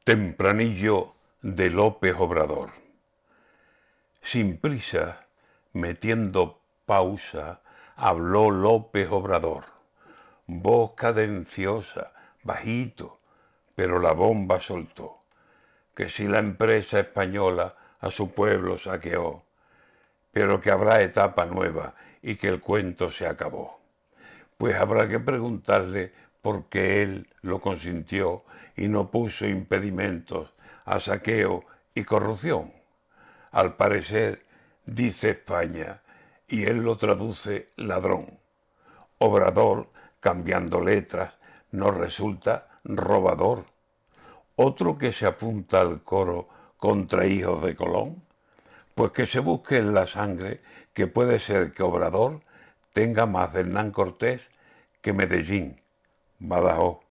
Tempranillo de López Obrador. Sin prisa, metiendo pausa, habló López Obrador. Voz cadenciosa, bajito, pero la bomba soltó. Que si la empresa española a su pueblo saqueó, pero que habrá etapa nueva y que el cuento se acabó. Pues habrá que preguntarle por qué él lo consintió y no puso impedimentos a saqueo y corrupción. Al parecer, dice España, y él lo traduce ladrón. Obrador, cambiando letras, nos resulta robador. Otro que se apunta al coro contra hijos de Colón, pues que se busque en la sangre que puede ser que Obrador tenga más de Hernán Cortés que Medellín, Badajoz.